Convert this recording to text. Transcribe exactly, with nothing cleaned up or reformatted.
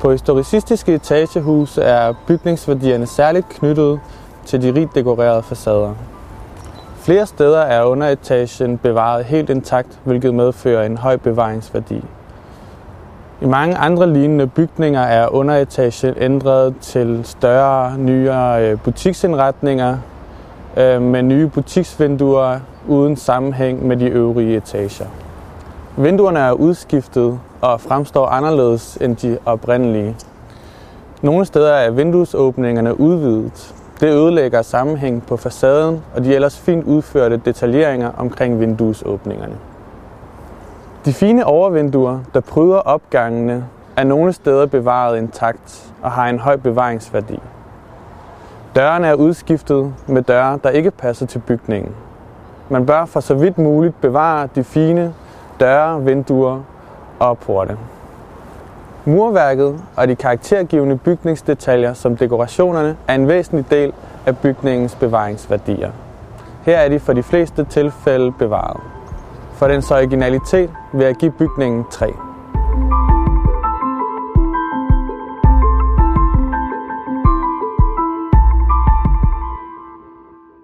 På historicistiske etagehuse er bygningsværdierne særligt knyttet til de rigt dekorerede facader. Flere steder er underetagen bevaret helt intakt, hvilket medfører en høj bevaringsværdi. I mange andre lignende bygninger er underetagen ændret til større, nyere butiksindretninger med nye butiksvinduer uden sammenhæng med de øvrige etager. Vinduerne er udskiftet og fremstår anderledes end de oprindelige. Nogle steder er vinduesåbningerne udvidet. Det ødelægger sammenhæng på facaden og de ellers fint udførte detaljeringer omkring vinduesåbningerne. De fine overvinduer, der pryder opgangene, er nogle steder bevaret intakt og har en høj bevaringsværdi. Dørene er udskiftet med døre, der ikke passer til bygningen. Man bør for så vidt muligt bevare de fine døre, vinduer og porte. Murværket og de karaktergivende bygningsdetaljer som dekorationerne er en væsentlig del af bygningens bevaringsværdier. Her er de for de fleste tilfælde bevaret. For dens originalitet vil jeg give bygningen tre.